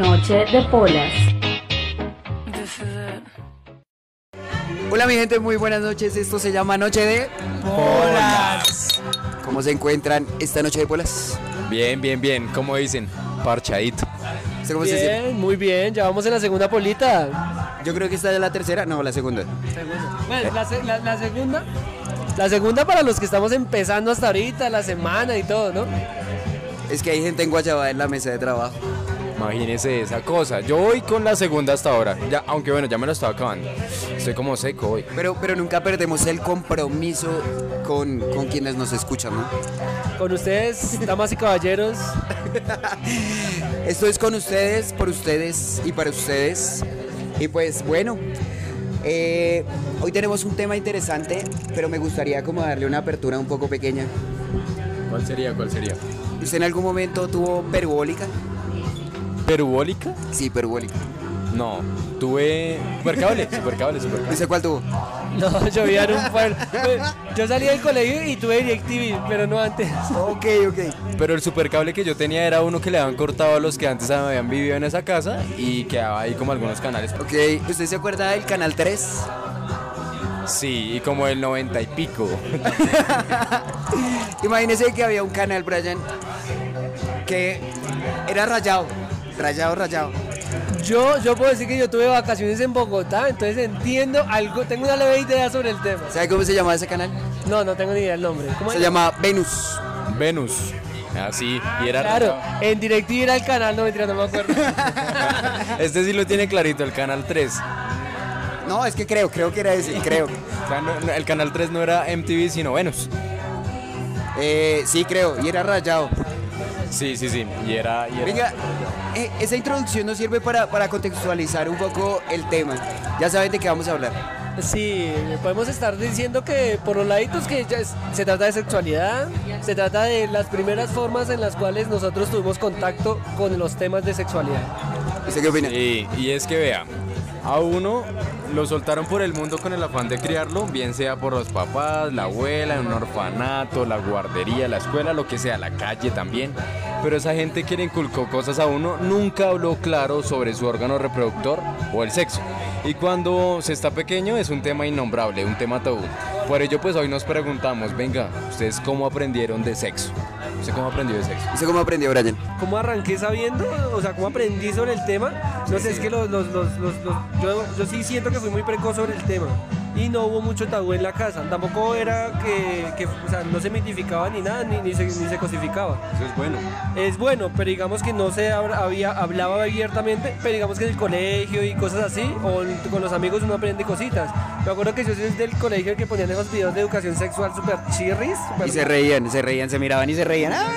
Noche de Polas. Hola mi gente, muy buenas noches. Esto se llama Noche de Polas. ¿Cómo se encuentran esta noche de Polas? Bien, bien, bien. ¿Cómo dicen? Parchadito. ¿Usted cómo se siente? Bien, muy bien, ya vamos en la segunda polita. Yo creo que esta es la tercera, no, la segunda. Bueno, la segunda para los que estamos empezando hasta ahorita, la semana y todo, ¿no? Es que hay gente en Guayabá en la mesa de trabajo. Imagínese esa cosa. Yo voy con la segunda hasta ahora. Ya, aunque bueno, ya me lo estaba acabando. Estoy como seco hoy. Pero nunca perdemos el compromiso con quienes nos escuchan, ¿no? Con ustedes, damas y caballeros. Esto es con ustedes, por ustedes y para ustedes. Y pues bueno, hoy tenemos un tema interesante, pero me gustaría como darle una apertura un poco pequeña. ¿Cuál sería? ¿Cuál sería? ¿Usted en algún momento tuvo perubólica? ¿Perubólica? Sí, perubólica. No. Tuve supercable. ¿Usted cuál tuvo? No, yo vivía en un pueblo. Yo salí del colegio y tuve DirecTV, pero no antes. Ok. Pero el supercable que yo tenía era uno que le habían cortado a los que antes habían vivido en esa casa y quedaba ahí como algunos canales. Ok, ¿usted se acuerda del Canal 3? Sí, y como el 90 y pico. Imagínese que había un canal, Brian, que era rayado. Yo puedo decir que yo tuve vacaciones en Bogotá, entonces entiendo algo, tengo una leve idea sobre el tema. ¿Sabe cómo se llamaba ese canal? No tengo ni idea del nombre. ¿Cómo Se era? llama Venus. Venus. Así, y era Claro, raro. en DirecTV era el canal, no mentira, no me acuerdo. Este sí lo tiene clarito, el canal 3. No, es que creo que era ese, creo. O sea, el canal 3 no era MTV, sino Venus. Sí, creo, y era rayado. Sí, y era... Venga, esa introducción nos sirve para contextualizar un poco el tema. Ya saben de qué vamos a hablar. Sí, podemos estar diciendo que por los laditos que se trata de sexualidad, se trata de las primeras formas en las cuales nosotros tuvimos contacto con los temas de sexualidad. ¿Usted qué opina? Sí, y es que vea, a uno lo soltaron por el mundo con el afán de criarlo, bien sea por los papás, la abuela, en un orfanato, la guardería, la escuela, lo que sea, la calle también. Pero esa gente que le inculcó cosas a uno nunca habló claro sobre su órgano reproductor o el sexo. Y cuando se está pequeño es un tema innombrable, un tema tabú. Por ello pues hoy nos preguntamos, venga, ¿ustedes cómo aprendieron de sexo? ¿Usted cómo aprendió de sexo? ¿Usted cómo aprendió, Brian? ¿Cómo arranqué sabiendo? O sea, ¿cómo aprendí sobre el tema? No sé, es que yo sí siento que fui muy precoz sobre el tema. Y no hubo mucho tabú en la casa. Tampoco era que o sea, no se mitificaba ni nada, ni se cosificaba. Eso es bueno. Es bueno, pero digamos que no se hablaba abiertamente, pero digamos que en el colegio y cosas así, o con los amigos uno aprende cositas. Me acuerdo que yo soy del colegio que ponían esos videos de educación sexual super chirris. Y se reían, se miraban y se reían. ¡Ah!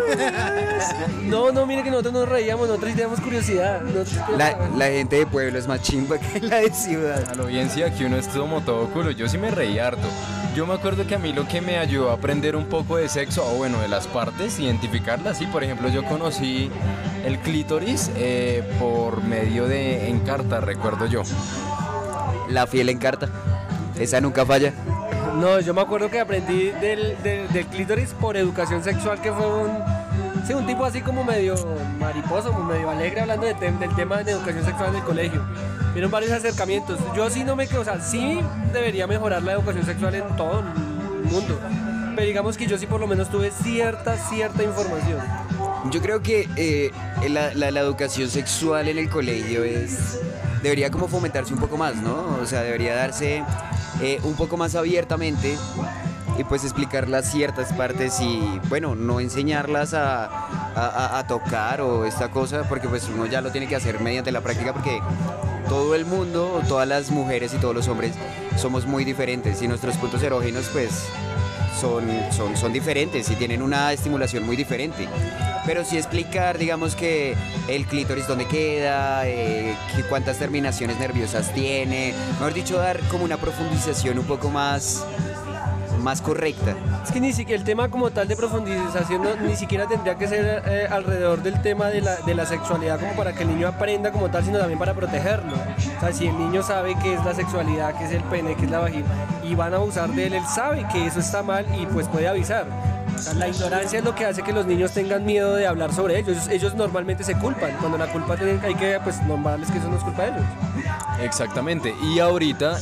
No, mire que nosotros nos reíamos, nosotros teníamos curiosidad. La gente de pueblo es más chimba que la de ciudad. A la audiencia que uno es como todo culo, yo sí me reí harto. Yo me acuerdo que a mí lo que me ayudó a aprender un poco de sexo, o bueno, de las partes, identificarlas, sí, por ejemplo, yo conocí el clítoris por medio de Encarta, recuerdo yo. La fiel Encarta, esa nunca falla. No, yo me acuerdo que aprendí del clítoris por educación sexual, que fue un tipo así como medio mariposo, como medio alegre, hablando del tema de educación sexual en el colegio. Vieron varios acercamientos. Yo sí no me quedo, o sea, sí debería mejorar la educación sexual en todo el mundo. Pero digamos que yo sí por lo menos tuve cierta información. Yo creo que la educación sexual en el colegio debería como fomentarse un poco más, ¿no? O sea, debería darse un poco más abiertamente y pues explicar las ciertas partes y bueno, no enseñarlas a tocar o esta cosa, porque pues uno ya lo tiene que hacer mediante la práctica, porque todo el mundo, todas las mujeres y todos los hombres somos muy diferentes y nuestros puntos erógenos pues son diferentes y tienen una estimulación muy diferente. Pero sí explicar, digamos, que el clítoris dónde queda, cuántas terminaciones nerviosas tiene, mejor dicho, dar como una profundización un poco más correcta. Es que ni siquiera el tema como tal de profundización ni siquiera tendría que ser alrededor del tema de la sexualidad como para que el niño aprenda como tal, sino también para protegerlo. O sea, si el niño sabe qué es la sexualidad, qué es el pene, qué es la vagina, y van a abusar de él, él sabe que eso está mal y pues puede avisar. O sea, la ignorancia es lo que hace que los niños tengan miedo de hablar sobre ellos. Ellos normalmente se culpan. Cuando la culpa hay que pues nombrarles que eso no es culpa de ellos. Exactamente, y ahorita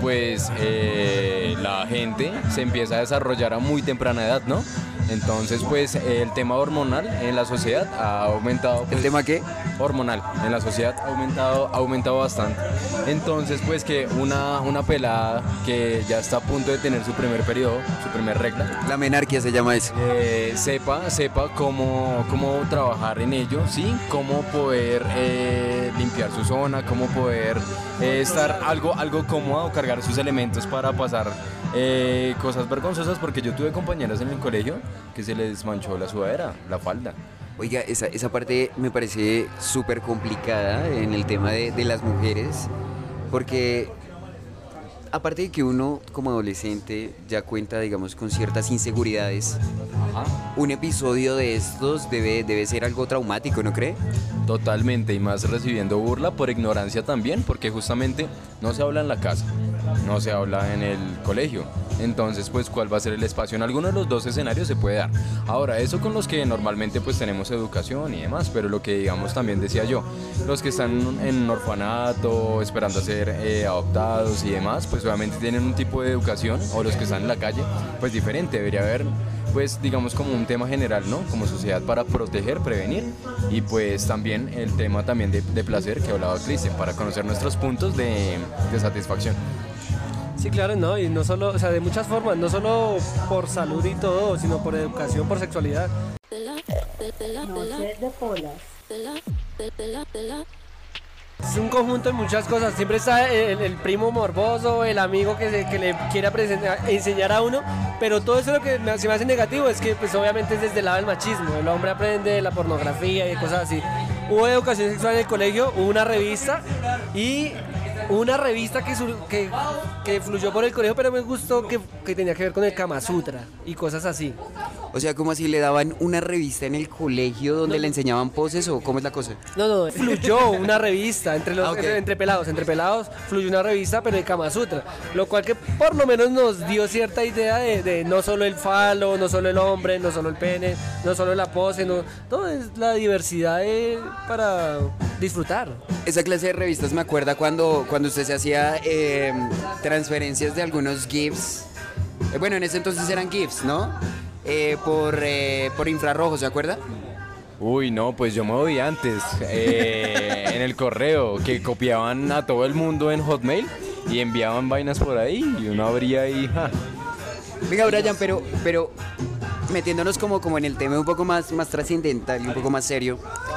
la gente se empieza a desarrollar a muy temprana edad, ¿no? Entonces pues el tema hormonal en la sociedad ha aumentado. Pues, ¿El tema qué? hormonal en la sociedad ha aumentado bastante. Entonces pues que una pelada que ya está a punto de tener su primer periodo, su primer regla, La menarquia se llama eso. sepa cómo trabajar en ello, ¿sí? Cómo poder limpiar su zona, cómo poder estar algo cómoda o cargar sus elementos para pasar cosas vergonzosas, porque yo tuve compañeras en el colegio que se les manchó la sudadera, la falda. Oiga, esa parte me parece súper complicada en el tema de las mujeres, porque aparte de que uno como adolescente ya cuenta, digamos, con ciertas inseguridades, un episodio de estos debe ser algo traumático, ¿no cree? Totalmente, y más recibiendo burla por ignorancia también, porque justamente no se habla en la casa, no se habla en el colegio. Entonces, pues, ¿cuál va a ser el espacio? En alguno de los dos escenarios se puede dar. Ahora, eso con los que normalmente pues tenemos educación y demás, pero lo que digamos también decía yo, los que están en un orfanato, esperando a ser adoptados y demás, pues obviamente tienen un tipo de educación, o los que están en la calle, pues diferente. Debería haber, pues, digamos, como un tema general, ¿no? Como sociedad, para proteger, prevenir, y pues también el tema también de placer que hablaba Cristian, para conocer nuestros puntos de satisfacción. Sí, claro, no, y no solo, o sea, de muchas formas, no solo por salud y todo, sino por educación, por sexualidad. Noches de polas. Es un conjunto de muchas cosas. Siempre está el primo morboso, el amigo que le quiera enseñar a uno, pero todo eso lo que se me hace negativo es que pues obviamente es desde el lado del machismo. El hombre aprende de la pornografía y cosas así. Hubo educación sexual en el colegio, hubo una revista que fluyó por el colegio, pero me gustó que tenía que ver con el Kama Sutra y cosas así. O sea, como si le daban una revista en el colegio donde le enseñaban poses, o cómo es la cosa. No, fluyó una revista Ok. entre pelados fluyó una revista, pero de Kama Sutra, lo cual que por lo menos nos dio cierta idea de no solo el falo, no solo el hombre, no solo el pene, no solo la pose, no, todo es la diversidad para disfrutar. Esa clase de revistas me acuerda cuando usted se hacía transferencias de algunos GIFs. Bueno, en ese entonces eran GIFs, ¿no? Por infrarrojo, ¿se acuerda? Uy, no, pues yo me voy antes, en el correo, que copiaban a todo el mundo en Hotmail y enviaban vainas por ahí, y uno abría ahí, ¡ja! Venga, Brian, pero metiéndonos como en el tema un poco más trascendental y un poco más serio,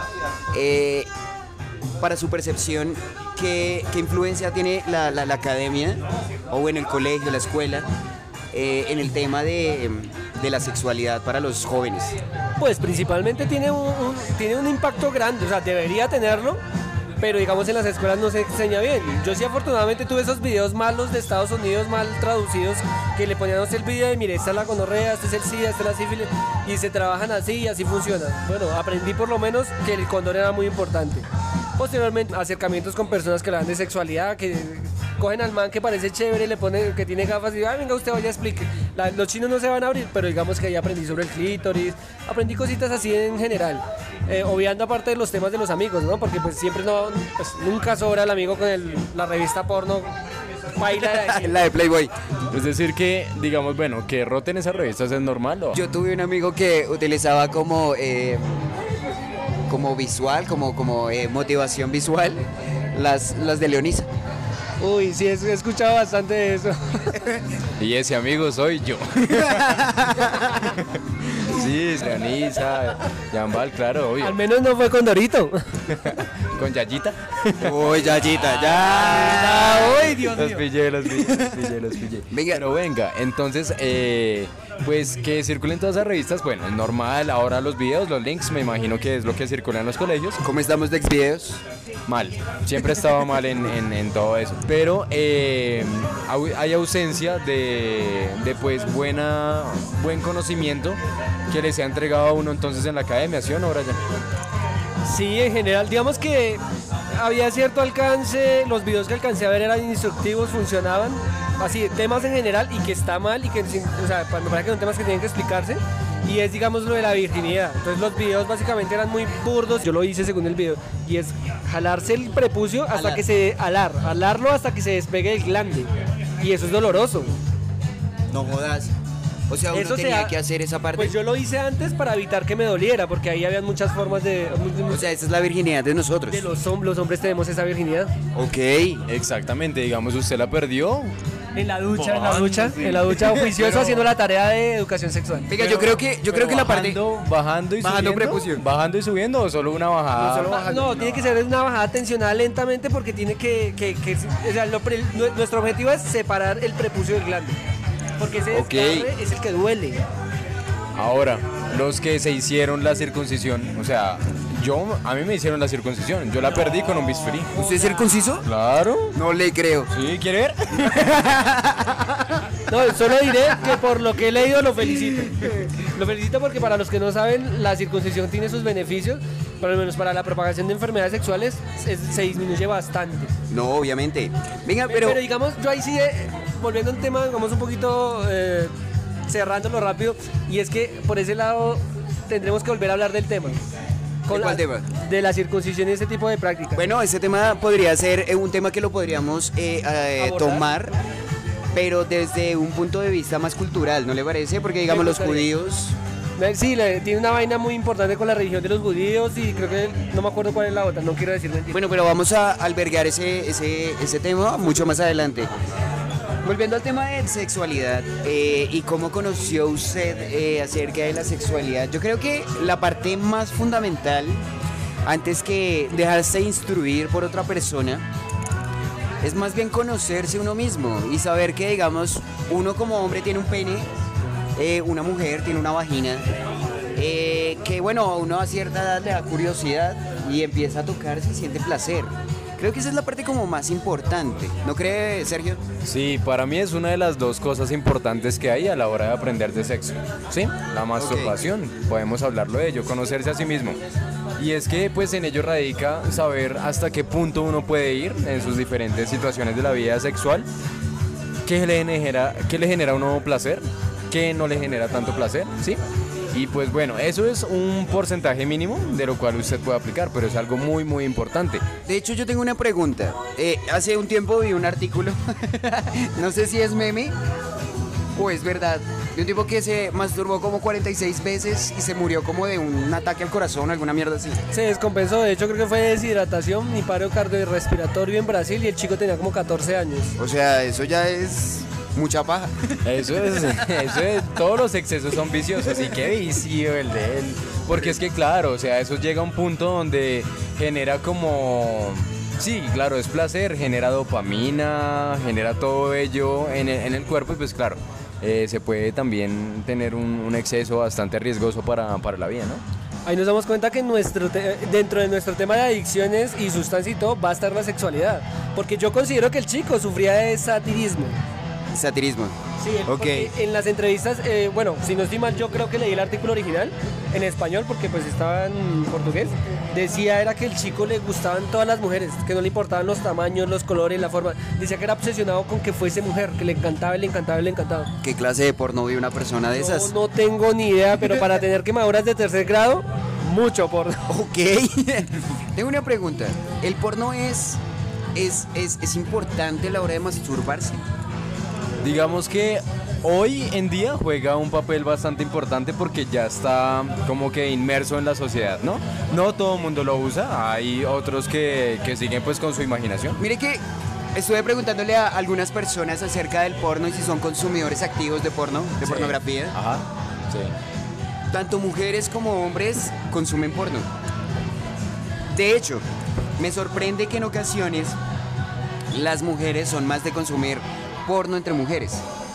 para su percepción, ¿qué influencia tiene la academia, o bueno, el colegio, la escuela, en el tema de la sexualidad para los jóvenes? Pues principalmente tiene un impacto grande, o sea, debería tenerlo, pero digamos en las escuelas no se enseña bien. Yo sí afortunadamente tuve esos videos malos de Estados Unidos, mal traducidos, que le ponían a usted el video de, mire, esta es la gonorrea, este es el SIDA, esta es la sífilis, y se trabajan así y así funciona. Bueno, aprendí por lo menos que el condón era muy importante. Posteriormente, acercamientos con personas que hablan de sexualidad, que cogen al man que parece chévere, le ponen que tiene gafas y venga usted vaya explique. Los chinos no se van a abrir, pero digamos que ahí aprendí sobre el clítoris, aprendí cositas así en general, obviando aparte de los temas de los amigos, ¿no? Porque pues siempre nunca sobra el amigo con la revista porno baila. La de Playboy. Es decir que, digamos, bueno, que roten esas revistas es normal, ¿o? Yo tuve un amigo que utilizaba como visual, como motivación visual, las de Leonisa. Uy, sí, he escuchado bastante de eso. Y ese amigo soy yo. Sí, Leonisa, Jambal, claro, obvio. Al menos no fue con Dorito. Con Yayita. Uy, Yayita, ya. Uy, Dios Los mío. pillé. Venga. Pero venga, entonces, pues que circulen todas esas revistas, bueno, es normal. Ahora los videos, los links, me imagino que es lo que circula en los colegios. ¿Cómo estamos de Xvideos? Mal, siempre estaba mal en todo eso. Pero hay ausencia de pues buen conocimiento que les ha entregado a uno entonces en la academia, ¿sí o no, Brian? Sí, en general, digamos que había cierto alcance, los videos que alcancé a ver eran instructivos, funcionaban, así, temas en general, y que está mal, y que, o sea, me parece que son temas que tienen que explicarse, y es, digamos, lo de la virginidad. Entonces los videos básicamente eran muy burdos, yo lo hice según el video, y es jalarse el prepucio hasta que se... alarlo hasta que se despegue el glande, y eso es doloroso. No jodas. O sea, uno Eso tenía que hacer esa parte. Pues yo lo hice antes para evitar que me doliera, porque ahí habían muchas formas de... O sea, esa es la virginidad de nosotros. de los hombres tenemos esa virginidad. Ok. Exactamente, digamos, usted la perdió. En la ducha, Sí. en la ducha juicioso Pero- haciendo la tarea de educación sexual. Venga, yo creo que la parte... Bajando y Bajando subiendo. prepucio. Bajando y subiendo o solo una bajada. No, tiene que ser una bajada tensional lentamente porque tiene que o sea, nuestro objetivo es separar el prepucio del glande. Porque ese Ok. desgarre es el que duele. Ahora, los que se hicieron la circuncisión, o sea, a mí me hicieron la circuncisión, yo la perdí con un bisturí. ¿Usted es circunciso? Claro. No le creo. ¿Sí? ¿Quiere ver? No, solo diré que por lo que he leído lo felicito. Lo felicito porque para los que no saben, la circuncisión tiene sus beneficios, por lo menos para la propagación de enfermedades sexuales se disminuye bastante. No, obviamente. Venga, Pero pero... digamos, yo ahí sí, volviendo a un tema, digamos un poquito cerrándolo rápido, y es que por ese lado tendremos que volver a hablar del tema. ¿De cuál tema? De la circuncisión y ese tipo de prácticas. Bueno, ese tema podría ser un tema que lo podríamos ¿Abordar? tomar, pero desde un punto de vista más cultural, ¿no le parece? Porque digamos Me los gustaría. judíos... Sí, tiene una vaina muy importante con la religión de los judíos y creo que no me acuerdo cuál es la otra, no quiero decir mentiras. Bueno, pero vamos a albergar ese tema mucho más adelante. Volviendo al tema de sexualidad y cómo conoció usted acerca de la sexualidad, yo creo que la parte más fundamental, antes que dejarse instruir por otra persona, es más bien conocerse uno mismo y saber que, digamos, uno como hombre tiene un pene, una mujer tiene una vagina, que bueno, a uno a cierta edad le da curiosidad y empieza a tocarse y siente placer. Creo que esa es la parte como más importante, ¿no cree, Sergio? Sí, para mí es una de las dos cosas importantes que hay a la hora de aprender de sexo. Sí, la masturbación, podemos hablarlo de ello, conocerse a sí mismo. Y es que pues en ello radica saber hasta qué punto uno puede ir en sus diferentes situaciones de la vida sexual, qué le genera a uno placer, qué no le genera tanto placer, ¿sí? Y pues bueno, eso es un porcentaje mínimo de lo cual usted puede aplicar, pero es algo muy muy importante. De hecho, yo tengo una pregunta. Hace un tiempo vi un artículo, no sé si es meme o es verdad, de un tipo que se masturbó como 46 veces y se murió como de un ataque al corazón, alguna mierda así. Se descompensó, de hecho creo que fue deshidratación y paro cardiorrespiratorio en Brasil y el chico tenía como 14 años. O sea, eso ya es mucha paja. Eso es, todos los excesos son viciosos y qué vicio el de él. Porque es que claro, o sea, eso llega a un punto donde genera como... Sí, claro, es placer, genera dopamina, genera todo ello en el cuerpo y pues claro, se puede también tener un exceso bastante riesgoso para la vida, ¿no? Ahí nos damos cuenta que dentro de nuestro tema de adicciones y sustancia y todo va a estar la sexualidad. Porque yo considero que el chico sufría de satirismo. Satirismo. Sí, Ok. porque en las entrevistas, bueno, si no estoy mal, yo creo que leí el artículo original en español porque pues estaba en portugués. Decía era que el chico le gustaban todas las mujeres, que no le importaban los tamaños, los colores, la forma. Decía que era obsesionado con que fuese mujer, que le encantaba, le encantaba, le encantaba. ¿Qué clase de porno vio una persona de esas? No tengo ni idea, pero para tener quemaduras de tercer grado, mucho porno. Ok. Tengo una pregunta. ¿El porno es importante a la hora de masturbarse? Digamos que hoy en día juega un papel bastante importante porque ya está como que inmerso en la sociedad, ¿no? No todo el mundo lo usa, hay otros que siguen pues con su imaginación. Mire que estuve preguntándole a algunas personas acerca del porno y si son consumidores activos de porno, de pornografía. Ajá, sí. Tanto mujeres como hombres consumen porno. De hecho, me sorprende que en ocasiones las mujeres son más de consumir porno entre mujeres.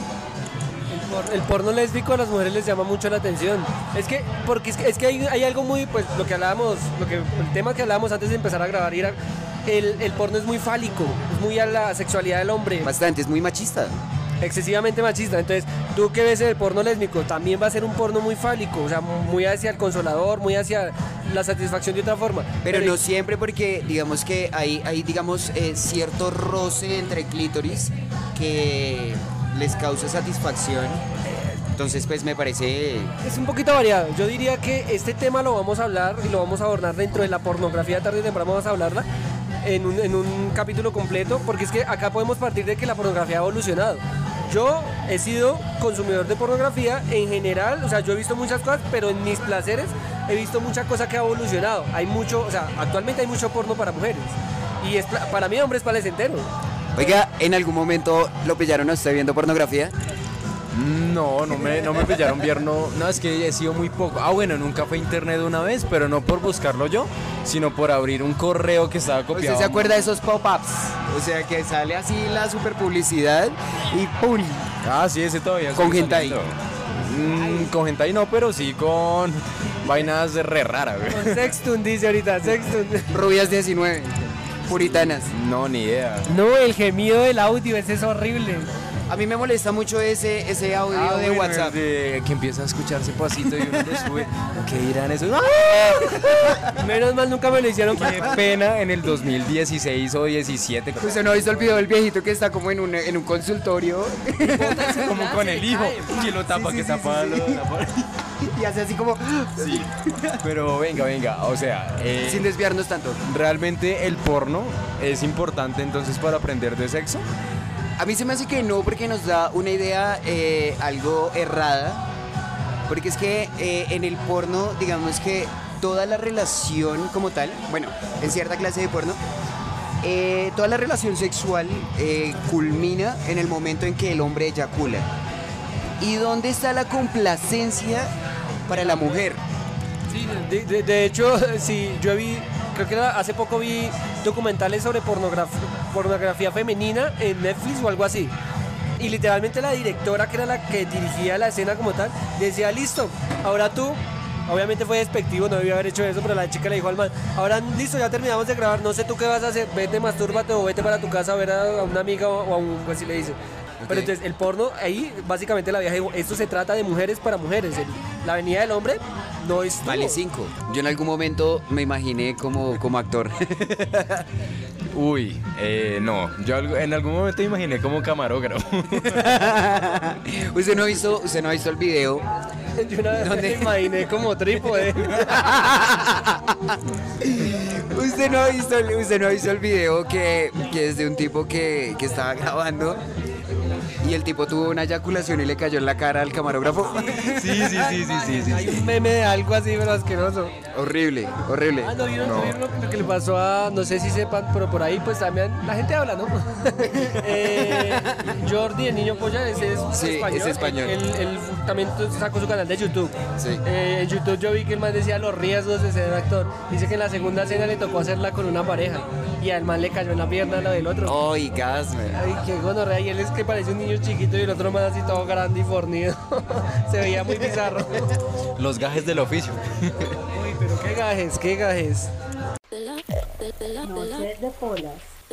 El porno lésbico a las mujeres les llama mucho la atención. Porque hay algo muy, pues el tema que hablábamos antes de empezar a grabar era el porno es muy fálico, es muy a la sexualidad del hombre. Bastante, es muy machista. Excesivamente machista. Entonces, tú que ves el porno lésbico, también va a ser un porno muy fálico, o sea, muy hacia el consolador, muy hacia la satisfacción de otra forma. Pero no siempre, porque digamos que hay cierto roce entre clítoris que les causa satisfacción. Entonces, pues me parece... Es un poquito variado. Yo diría que este tema lo vamos a hablar y lo vamos a abordar dentro de la pornografía tarde o temprano. Vamos a hablarla en un capítulo completo, porque es que acá podemos partir de que la pornografía ha evolucionado. Yo he sido consumidor de pornografía en general, o sea, yo he visto muchas cosas, pero en mis placeres he visto mucha cosa que ha evolucionado. Hay mucho, o sea, actualmente hay mucho porno para mujeres. Y para mí, hombre, es placentero. Oiga, ¿en algún momento lo pillaron a usted viendo pornografía? No me pillaron viendo. No, es que he sido muy poco. Ah, bueno, en un café internet una vez, pero no por buscarlo yo, sino por abrir un correo que estaba copiado. ¿Usted se acuerda de esos pop-ups? O sea, que sale así la super publicidad y ¡pum! Ah, sí, ese todavía. Con sigue hentai. saliendo. Con hentai no, pero sí con vainas de re raras, güey. Con Sextun dice ahorita, Sextun. Rubias 19, puritanas. No, ni idea. No, el gemido del audio, ese es horrible. A mí me molesta mucho ese audio de bueno, WhatsApp. que empieza a escucharse pasito y uno lo sube. ¿Qué dirán eso? Menos mal nunca me lo hicieron. Qué pena en el 2016 o 17. ¿Usted no ha visto el video del viejito que está como en un consultorio? Como con el hijo. Que lo tapa, que tapa. Y hace así como... Sí. Pero venga. O sea, Sin desviarnos tanto. realmente el porno es importante entonces para aprender de sexo. A mí se me hace que no, porque nos da una idea algo errada. Porque es que en el porno, digamos que toda la relación como tal, bueno, en cierta clase de porno, toda la relación sexual culmina en el momento en que el hombre eyacula. ¿Y dónde está la complacencia para la mujer? Sí, de hecho, sí, creo que hace poco vi documentales sobre pornografía femenina en Netflix o algo así. Y literalmente la directora, que era la que dirigía la escena como tal, decía, listo, ahora tú, obviamente fue despectivo, no debía haber hecho eso, pero la chica le dijo al man, ahora listo, ya terminamos de grabar, no sé tú qué vas a hacer, vete, mastúrbate o vete para tu casa a ver a una amiga o a un, así le dice. Pero entonces el porno, ahí básicamente la vieja dijo, esto se trata de mujeres para mujeres, la venida del hombre no es Vale 5. Yo en algún momento me imaginé como actor. Uy, no. Yo en algún momento me imaginé como camarógrafo. ¿Usted no ha visto el video? Yo una vez me imaginé como trípode. ¿Usted no ha visto el video que es de un tipo que estaba grabando? Y el tipo tuvo una eyaculación y le cayó en la cara al camarógrafo. Sí. Hay un meme de algo así, pero asqueroso. Horrible. Ah, ¿no vieron lo que le pasó a, no sé si sepan, pero por ahí pues también la gente habla, ¿no? Jordi, el niño polla, ese es Sí, español. es español. Él también sacó su canal de YouTube. Sí. En YouTube yo vi que el man decía los riesgos de ser actor. Dice que en la segunda escena le tocó hacerla con una pareja. Y al man le cayó en la pierna lo del otro. ¡Ay, gasme! Ay, qué gonorrea. Y él es que parece un niño chiquito y el otro más así todo grande y fornido. Se veía muy bizarro. Los gajes del oficio. Uy, pero qué gajes. Noches de polas.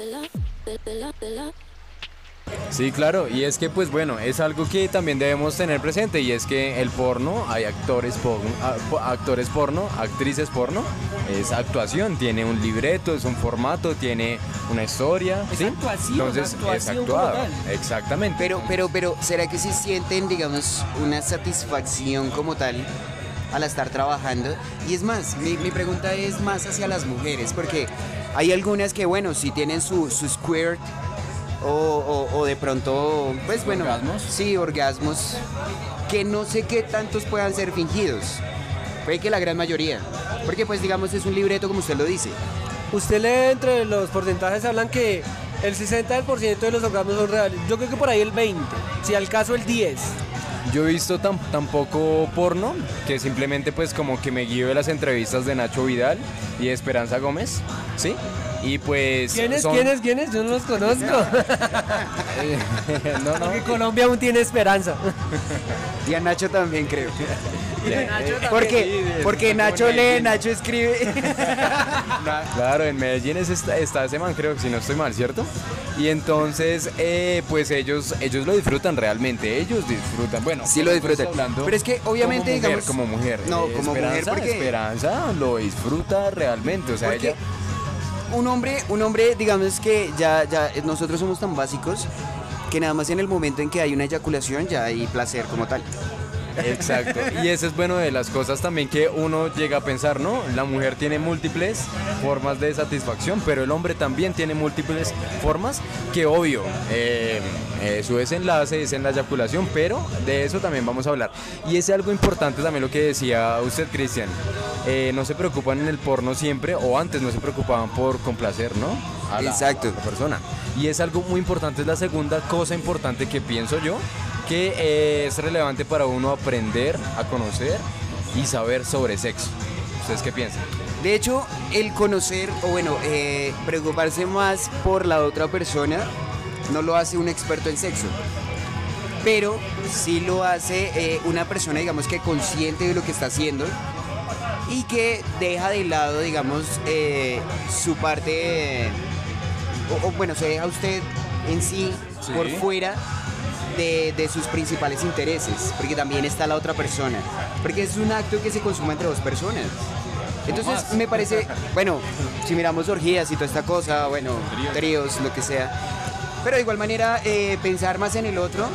Sí, claro, y es que pues bueno, es algo que también debemos tener presente, y es que el porno, hay actores porno, actrices porno, es actuación, tiene un libreto, es un formato, tiene una historia, Es ¿sí? actuación, Entonces actuación es actuado, como tal. exactamente. Pero, ¿será que sí sienten, digamos, una satisfacción como tal al estar trabajando? Y es más, mi pregunta es más hacia las mujeres, porque hay algunas que, bueno, sí tienen su squirt, o de pronto, pues bueno, ¿Orgasmos? Sí, orgasmos, que no sé qué tantos puedan ser fingidos. Puede que la gran mayoría, porque pues digamos es un libreto como usted lo dice. Usted lee entre los porcentajes, hablan que el 60% de los orgasmos son reales. Yo creo que por ahí el 20%, si al caso el 10%. Yo he visto tan poco porno que simplemente pues como que me guío de las entrevistas de Nacho Vidal y de Esperanza Gómez, ¿sí? Y pues ¿Quiénes? Yo no los conozco. No. Porque Colombia aún tiene esperanza. Y a Nacho también creo. Sí, Porque Nacho lee, Nacho escribe. Claro, en Medellín está ese man, creo que si no estoy mal, ¿cierto? Y entonces, pues ellos lo disfrutan realmente, ellos disfrutan, bueno. Sí lo disfrutan. Pero es que obviamente, como mujer, digamos, no, como mujer, porque Esperanza lo disfruta realmente, o sea, porque ella... un hombre, digamos que ya nosotros somos tan básicos que nada más en el momento en que hay una eyaculación ya hay placer como tal. Exacto. Y eso es bueno de las cosas también que uno llega a pensar, ¿no? La mujer tiene múltiples formas de satisfacción, pero el hombre también tiene múltiples formas que obvio, su desenlace es en la eyaculación, pero de eso también vamos a hablar. Y es algo importante también lo que decía usted, Cristian. No se preocupan en el porno siempre, o antes no se preocupaban por complacer, ¿no? Exacto. A la persona. Y es algo muy importante, es la segunda cosa importante que pienso yo, que es relevante para uno aprender a conocer y saber sobre sexo. ¿Ustedes qué piensan? De hecho, el conocer, o bueno, preocuparse más por la otra persona, no lo hace un experto en sexo. Pero sí lo hace una persona, digamos, que consciente de lo que está haciendo y que deja de lado, digamos, su parte, o bueno, se deja usted en sí, Sí. por fuera de sus principales intereses, porque también está la otra persona, porque es un acto que se consuma entre dos personas. Entonces me parece, bueno, si miramos orgías y toda esta cosa, bueno, tríos, lo que sea, pero de igual manera pensar más en el otro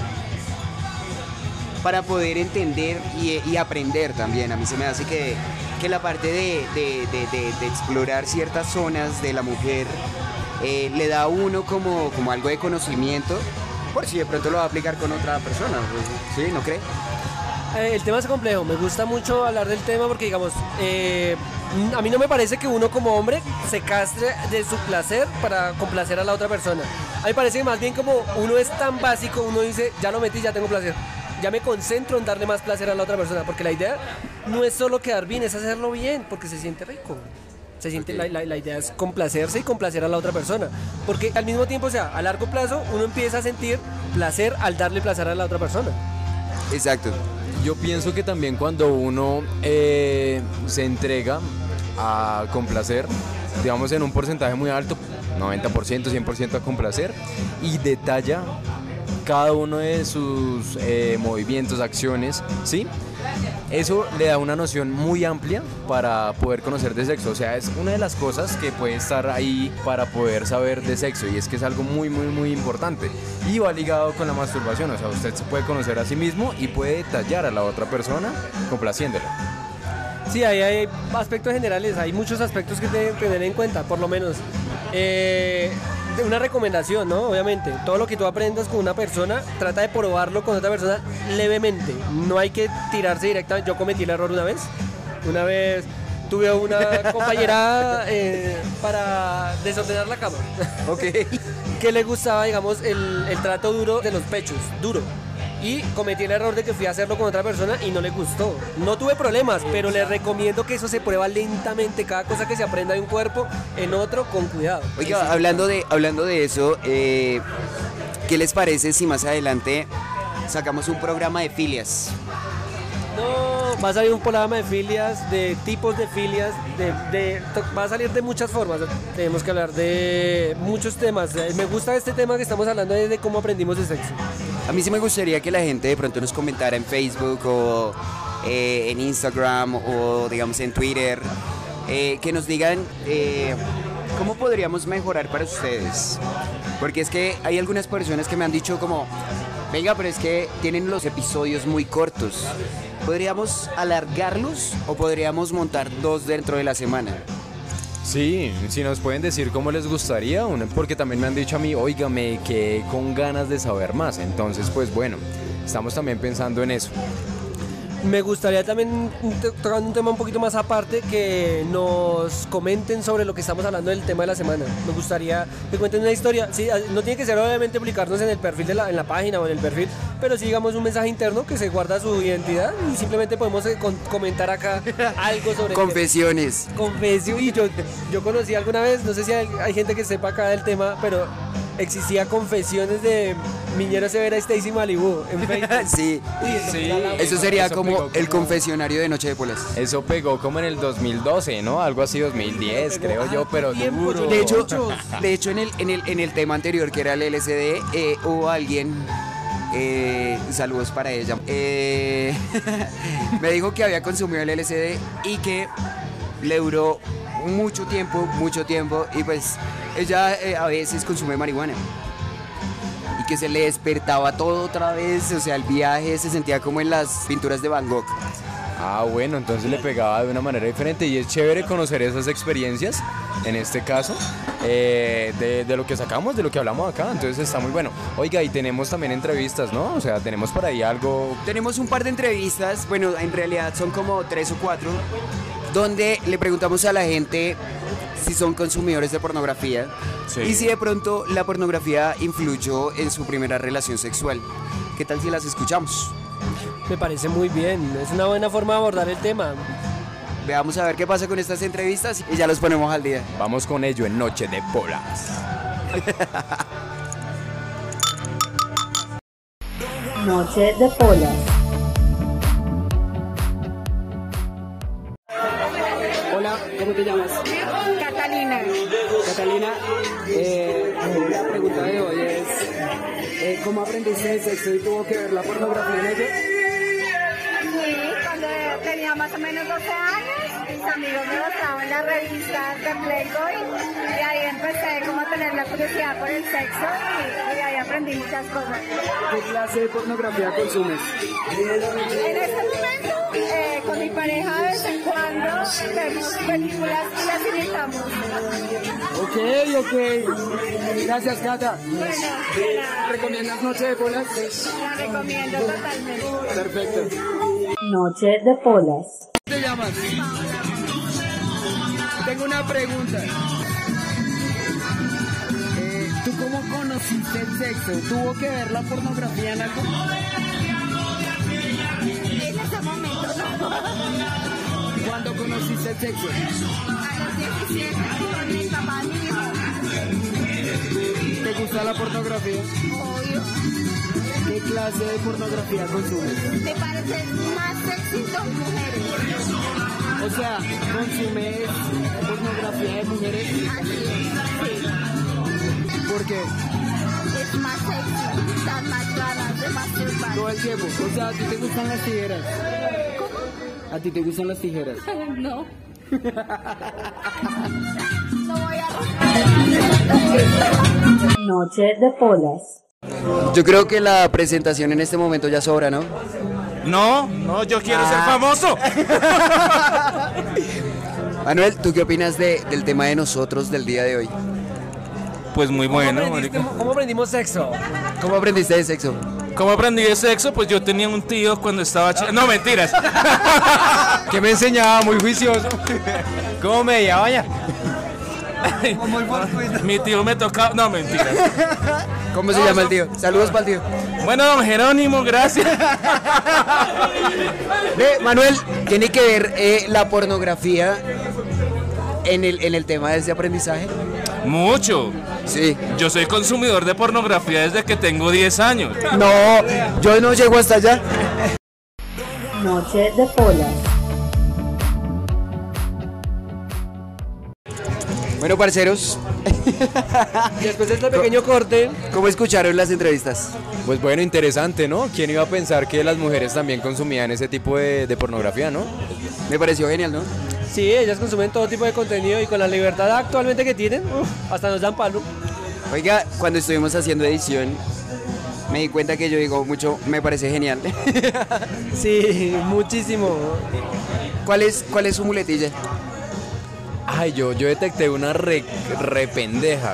para poder entender y aprender también. A mí se me hace que la parte de explorar ciertas zonas de la mujer le da a uno como algo de conocimiento, por si de pronto lo va a aplicar con otra persona, pues, ¿sí? ¿No cree? El tema es complejo, me gusta mucho hablar del tema porque digamos, a mí no me parece que uno como hombre se castre de su placer para complacer a la otra persona. A mí me parece que más bien como uno es tan básico, uno dice, ya lo metí, ya tengo placer. Ya me concentro en darle más placer a la otra persona, porque la idea no es solo quedar bien, es hacerlo bien, porque se siente rico. Se siente, la idea es complacerse y complacer a la otra persona. Porque al mismo tiempo, o sea, a largo plazo, uno empieza a sentir placer al darle placer a la otra persona. Exacto. Yo pienso que también cuando uno se entrega a complacer, digamos en un porcentaje muy alto, 90%, 100% a complacer, y detalla cada uno de sus movimientos, acciones, ¿sí? Eso le da una noción muy amplia para poder conocer de sexo. O sea, es una de las cosas que puede estar ahí para poder saber de sexo, y es que es algo muy, muy, muy importante. Y va ligado con la masturbación. O sea, usted se puede conocer a sí mismo y puede detallar a la otra persona complaciéndola. Sí, ahí hay aspectos generales, hay muchos aspectos que deben tener en cuenta, por lo menos. De una recomendación, ¿no? Obviamente, todo lo que tú aprendas con una persona, trata de probarlo con otra persona levemente. No hay que tirarse directamente. Yo cometí el error una vez. Una vez tuve una compañera para desordenar la cama. Ok. Que le gustaba, digamos, el trato duro de los pechos, duro. Y cometí el error de que fui a hacerlo con otra persona y no le gustó. No tuve problemas, pero les recomiendo que eso se prueba lentamente. Cada cosa que se aprenda de un cuerpo en otro, con cuidado. Oiga, hablando de eso, ¿qué les parece si más adelante sacamos un programa de filias? No, va a salir un programa de filias, de tipos de filias, va a salir de muchas formas. Tenemos que hablar de muchos temas. Me gusta este tema que estamos hablando de cómo aprendimos de sexo. A mí sí me gustaría que la gente de pronto nos comentara en Facebook o en Instagram o digamos en Twitter, que nos digan cómo podríamos mejorar para ustedes. Porque es que hay algunas personas que me han dicho como, venga, pero es que tienen los episodios muy cortos. ¿Podríamos alargarlos o podríamos montar 2 dentro de la semana? Sí, si nos pueden decir cómo les gustaría, porque también me han dicho a mí, oiga, me quedé con ganas de saber más. Entonces, pues bueno, estamos también pensando en eso. Me gustaría también, tocando un tema un poquito más aparte, que nos comenten sobre lo que estamos hablando del tema de la semana. Me gustaría que cuenten una historia. Sí, no tiene que ser obviamente publicarnos en el perfil en la página o en el perfil, pero sí digamos un mensaje interno que se guarda su identidad y simplemente podemos comentar acá algo sobre Confesiones. Confesión. Y yo conocí alguna vez, no sé si hay gente que sepa acá del tema, pero existía Confesiones de Miñero Severa y Stacy Malibu en Facebook. Sí, Sí, eso sería eso como pegó el confesionario de Noche de Polas. Eso pegó como en el 2012, ¿no? Algo así, 2010, creo yo, pero tiempo, duro. De hecho en el tema anterior, que era el LSD, hubo alguien, saludos para ella, me dijo que había consumido el LSD y que le duró mucho tiempo, y pues ella a veces consume marihuana. que se le despertaba todo otra vez, o sea, el viaje se sentía como en las pinturas de Van Gogh. Ah, bueno, entonces le pegaba de una manera diferente y es chévere conocer esas experiencias, en este caso, de lo que sacamos, de lo que hablamos acá, entonces está muy bueno. Oiga, y tenemos también entrevistas, ¿no? O sea, tenemos por ahí algo... Tenemos un par de entrevistas, bueno, en realidad son como 3 o 4, donde le preguntamos a la gente si son consumidores de pornografía y si de pronto la pornografía influyó en su primera relación sexual. ¿Qué tal si las escuchamos? Me parece muy bien, es una buena forma de abordar el tema. Veamos a ver qué pasa con estas entrevistas y ya los ponemos al día. Vamos con ello en Noche de Polas. Noche de Polas. Hola, ¿cómo te llamas? Catalina. Catalina, la pregunta de hoy es ¿cómo aprendiste el sexo y tuvo que ver la pornografía en ello? Sí, cuando tenía más o menos 12 años, mis amigos me mostraban las revistas de Playboy y ahí empecé como a tener la curiosidad por el sexo y ahí aprendí muchas cosas. ¿Qué clase de pornografía consumes? En este momento, con mi pareja de vez en cuando vemos películas y las imitamos. Ok. Gracias, Cata. Bueno, ¿Recomiendas Noche de Polas? la recomiendo totalmente. Perfecto. Noche de Polas. ¿Cómo te llamas? Tengo una pregunta. ¿Tú cómo conociste el sexo? ¿Tuvo que ver la pornografía en algo? En ese momento, no. ¿Cuándo conociste el sexo? A los 17 con mi papá y mi hijo. ¿Te gusta la pornografía? Obvio. ¿Qué clase de pornografía consumes? ¿Te parece más sexy dos mujeres? O sea, ¿consumes pornografía de mujeres? Así es, sí. ¿Por qué? Es más sexy, dan más ganas de masturbar. Todo el tiempo. O sea, ¿a ti te gustan las tijeras? ¿A ti te gustan las tijeras? No. No voy a romper. Noche de Polas. Yo creo que la presentación en este momento ya sobra, ¿no? No, yo quiero ser famoso. Manuel, ¿tú qué opinas del tema de nosotros del día de hoy? Pues muy bueno, marica. ¿Cómo aprendimos sexo? ¿Cómo aprendiste de sexo? ¿Cómo aprendí de sexo? Pues yo tenía un tío cuando estaba No, mentiras. Que me enseñaba muy juicioso. ¿Cómo me veía bañar? Mi tío me tocaba... No, mentiras. ¿Cómo se llama el tío? Saludos para el tío. Bueno, don Jerónimo, gracias. Ve, Manuel, ¿tiene que ver la pornografía en el tema de ese aprendizaje? Mucho. Sí. Yo soy consumidor de pornografía desde que tengo 10 años. No, yo no llego hasta allá. Noche de Polas. Bueno, parceros, Después de este pequeño corte, ¿cómo escucharon las entrevistas? Pues bueno, interesante, ¿no? ¿Quién iba a pensar que las mujeres también consumían ese tipo de pornografía, no? Me pareció genial, ¿no? sí, ellas consumen todo tipo de contenido y con la libertad actualmente que tienen, hasta nos dan palo. Oiga, cuando estuvimos haciendo edición, me di cuenta que yo digo mucho, me parece genial. Sí, muchísimo. ¿Cuál es su muletilla? Ay, yo detecté una re pendeja.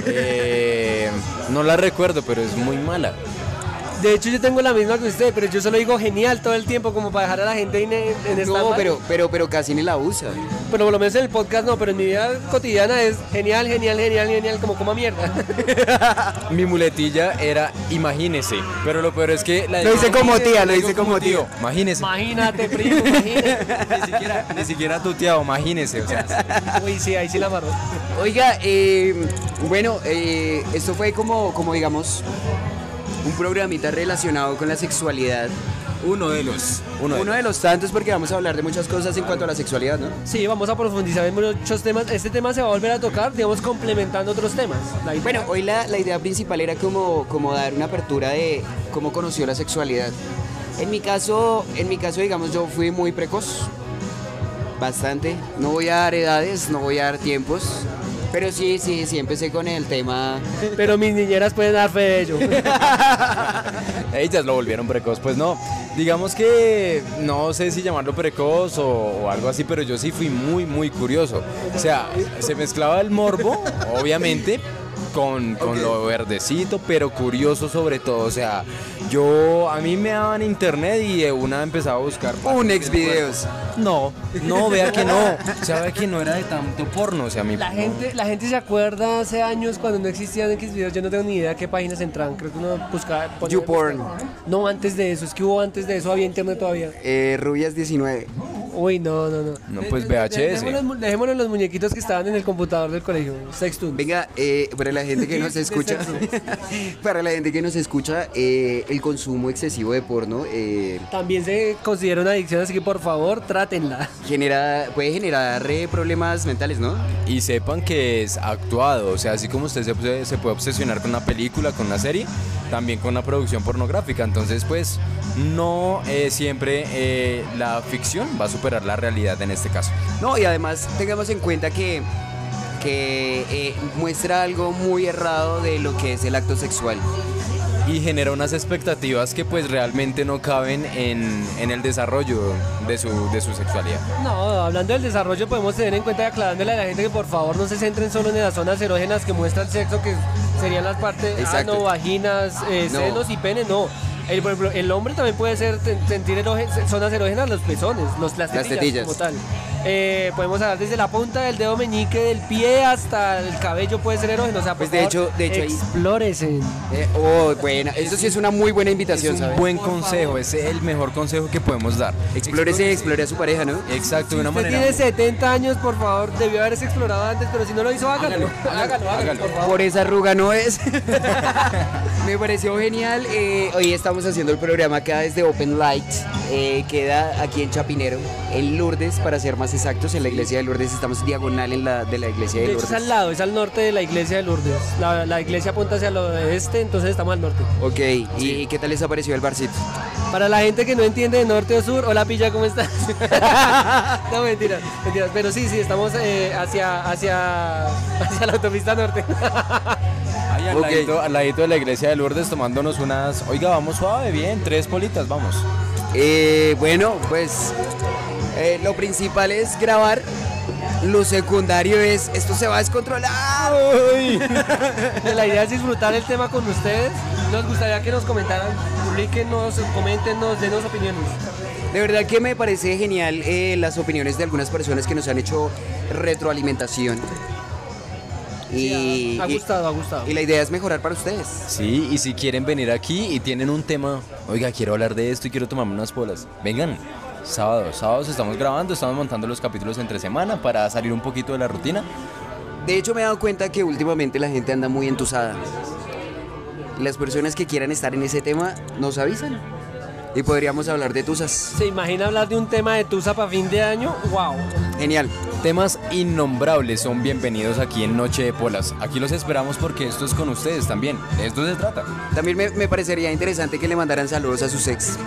No la recuerdo, pero es muy mala. De hecho, yo tengo la misma que usted, pero yo solo digo genial todo el tiempo, como para dejar a la gente en No, stand-by. pero casi ni la usa. Pero por lo menos en el podcast no, pero en mi vida cotidiana es genial, genial, genial, genial, como coma mierda. Mi muletilla era imagínese, pero lo peor es que Lo hice como tía, lo hice como tío. Imagínese. Imagínate, primo, imagínate. Ni siquiera tu tía, imagínese, o sea. Uy, sí, ahí sí la amarró. Oiga, bueno, esto fue como digamos, un programita relacionado con la sexualidad. Uno de los Tantos, porque vamos a hablar de muchas cosas en cuanto a la sexualidad, ¿no? Sí, vamos a profundizar en muchos temas. Este tema se va a volver a tocar, digamos, complementando otros temas. Bueno, hoy la idea principal era como dar una apertura de cómo conoció la sexualidad. En mi caso, digamos, yo fui muy precoz, bastante. No voy a dar edades, no voy a dar tiempos, Pero sí, empecé con el tema. Pero mis niñeras pueden dar fe de ello. Ellas lo volvieron precoz, pues no. Digamos que no sé si llamarlo precoz o algo así, pero yo sí fui muy curioso. O sea, se mezclaba el morbo, obviamente, con lo verdecito, pero curioso sobre todo. O sea, a mí me daban internet y de una empezaba a buscar Un Xvideos. No, vea que no. O sea, vea que no era de tanto porno. O sea, La gente se acuerda hace años cuando no existían Xvideos. Yo no tengo ni idea a qué páginas entraban. Creo que uno buscaba. YouPorn. No, antes de eso. Es que hubo antes de eso, había internet todavía. Rubias 19. Uy, no. No, pues VHS. Dejémoslo en los muñequitos que estaban en el computador del colegio. Sextoon. Venga, para la gente que nos escucha, el consumo excesivo de porno También se considera una adicción, así que por favor, trátenla. puede generar problemas mentales, ¿no? Y sepan que es actuado, o sea, así como usted se puede obsesionar con una película, con una serie, también con una producción pornográfica. Entonces, pues, no siempre la ficción va a superar la realidad en este caso. No, y además tengamos en cuenta que muestra algo muy errado de lo que es el acto sexual. Y genera unas expectativas que pues realmente no caben en el desarrollo de su sexualidad. No, hablando del desarrollo podemos tener en cuenta y aclarándole a la gente que por favor no se centren solo en las zonas erógenas que muestran sexo, que serían las partes, Exacto. vaginas, senos y pene, no. Por ejemplo, el hombre también puede sentir zonas erógenas, los pezones, las tetillas como tal. Podemos hablar desde la punta del dedo meñique del pie hasta el cabello, puede ser erógeno. O sea, Pues por favor, de hecho explóresen. Buena. Eso sí es una muy buena invitación, Es un ¿sabes? buen consejo, es el mejor consejo que podemos dar. Explore a su pareja, ¿no? Exacto, de una Usted manera. tiene 70 años, por favor, debió haberse explorado antes, pero si no lo hizo, hágalo, por favor. Por esa arruga no es. Me pareció genial. Hoy estamos haciendo el programa acá desde Open Light. Queda aquí en Chapinero, en Lourdes, para ser más exactos, en la iglesia de Lourdes. Estamos diagonal de la iglesia de De hecho, Lourdes. es al lado, es al norte de la iglesia de Lourdes. La iglesia apunta hacia el oeste, entonces estamos al norte. Ok, ¿y qué tal les ha parecido el barcito? Para la gente que no entiende de norte o sur, hola Pilla, ¿cómo estás? No, mentiras. Pero sí, estamos hacia la autopista norte. Ahí al ladito de la iglesia de Lourdes tomándonos unas... Oiga, vamos suave, bien, 3 politas, vamos. Bueno, pues lo principal es grabar. Lo secundario es, esto se va a descontrolar. La idea es disfrutar el tema con ustedes. Nos gustaría que nos comentaran, publiquenos, coméntenos, denos opiniones. De verdad que me parece genial las opiniones de algunas personas que nos han hecho retroalimentación. Sí, ha gustado. Y la idea es mejorar para ustedes. Sí, y si quieren venir aquí y tienen un tema, oiga, quiero hablar de esto y quiero tomarme unas polas, vengan. Sábados estamos grabando, estamos montando los capítulos entre semana para salir un poquito de la rutina. De hecho, me he dado cuenta que últimamente la gente anda muy entusada. Las personas que quieran estar en ese tema nos avisan. Y podríamos hablar de tusas. ¿Se imagina hablar de un tema de tusa para fin de año? ¡Wow! Genial. Temas innombrables son bienvenidos aquí en Noche de Polas. Aquí los esperamos porque esto es con ustedes también. De esto se trata. También me parecería interesante que le mandaran saludos a sus ex.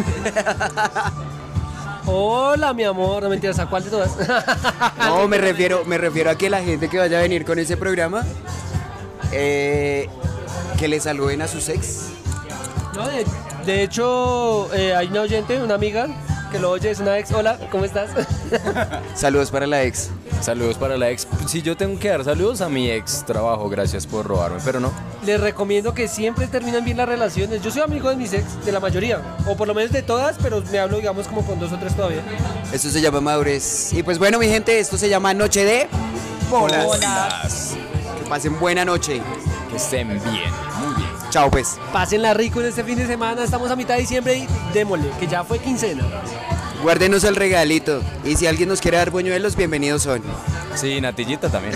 Hola, mi amor. No mentiras, ¿a cuál de todas? No, me refiero a que la gente que vaya a venir con ese programa, que le saluden a sus ex. No, de hecho, hay una oyente, una amiga, que lo oye, es una ex. Hola, ¿cómo estás? Saludos para la ex. Saludos para la ex. Si yo tengo que dar saludos a mi ex trabajo, gracias por robarme, pero no. Les recomiendo que siempre terminan bien las relaciones. Yo soy amigo de mis ex, de la mayoría, o por lo menos de todas, pero me hablo, digamos, como con 2 o 3 todavía. Esto se llama madurez. Y pues bueno, mi gente, esto se llama Noche de Polas. Que pasen buena noche. Que estén bien, muy bien. Chao pues. Pásenla rico en este fin de semana. Estamos a mitad de diciembre y démosle, que ya fue quincena. Guárdenos el regalito. Y si alguien nos quiere dar buñuelos, bienvenidos son. Sí, natillita también.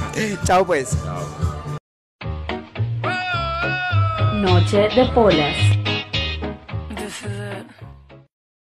Chao pues. Noche de Polas.